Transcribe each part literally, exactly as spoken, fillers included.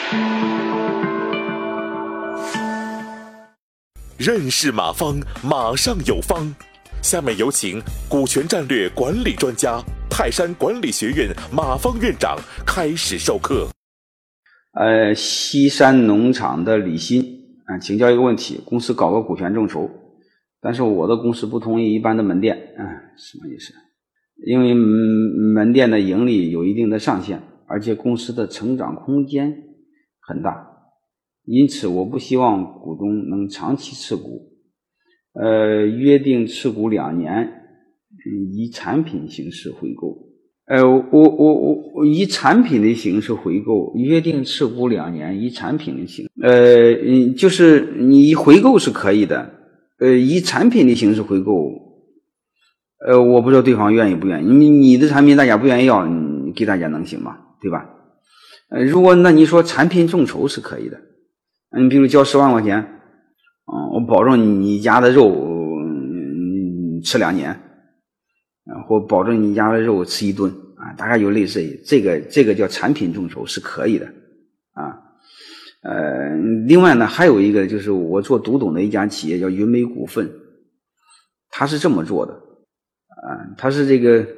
认识马方，马上有方。下面有请股权战略管理专家、泰山管理学院马方院长开始授课。 呃，西山农场的李鑫啊，请教一个问题：公司搞个股权众筹，但是我的公司不同于一般的门店，啊，什么意思？因为门店的盈利有一定的上限，而且公司的成长空间很大，因此我不希望股东能长期持股。呃，约定持股两年，以产品形式回购。呃，我我我以产品的形式回购，约定持股两年，以产品的形式，呃，就是你回购是可以的，呃，以产品的形式回购，呃，我不知道对方愿意不愿意。你你的产品大家不愿意要，你给大家能行吗？对吧？呃，如果那你说产品众筹是可以的，你比如交十万块钱，嗯，我保证你家的肉，嗯，吃两年。或保证你家的肉吃一顿啊，大概有类似于这个这个叫产品众筹是可以的啊。呃，另外呢，还有一个就是我做独董的一家企业叫云美股份，它是这么做的啊，它是这个呃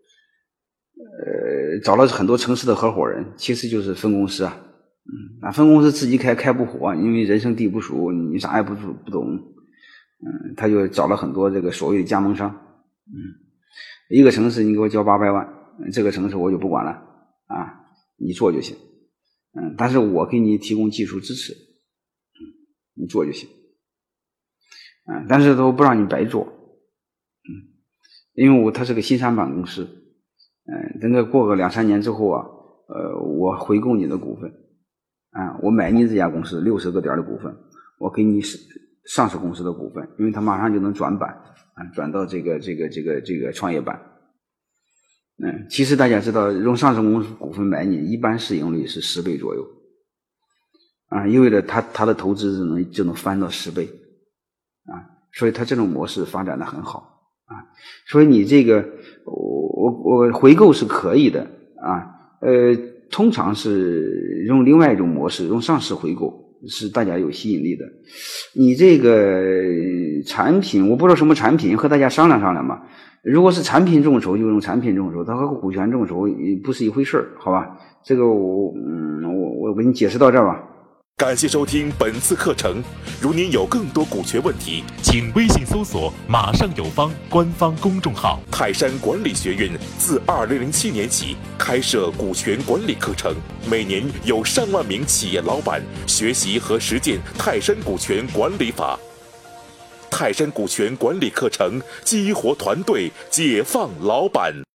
找了很多城市的合伙人，其实就是分公司啊，嗯，啊分公司自己开开不火，因为人生地不熟，你啥也不不懂，嗯，他就找了很多这个所谓的加盟商，嗯。一个城市你给我交八百万，这个城市我就不管了啊，你做就行，嗯，但是我给你提供技术支持，嗯，你做就行，嗯，但是都不让你白做，嗯，因为我它是个新三板公司，嗯，等到过个两三年之后啊，呃，我回购你的股份，啊，我买你这家公司六十个点的股份，我给你上市公司的股份，因为它马上就能转板。啊，转到这个这个这个这个创业板。嗯，其实大家知道，用上市公司股份买你，一般市盈率是十倍左右。啊，意味着它它的投资能就能翻到十倍。啊，所以它这种模式发展的很好。啊，所以你这个我我我回购是可以的。啊，呃，通常是用另外一种模式，用上市回购。是大家有吸引力的，你这个产品我不知道什么产品，和大家商量商量吧。如果是产品众筹就用产品众筹，它和股权众筹不是一回事儿，好吧？这个我嗯我我给你解释到这儿吧。 感谢收听本次课程。如您有更多股权问题，请微信搜索“马上有方”官方公众号。泰山管理学院自二零零七年起开设股权管理课程，每年有上万名企业老板学习和实践泰山股权管理法。泰山股权管理课程激活团队，解放老板。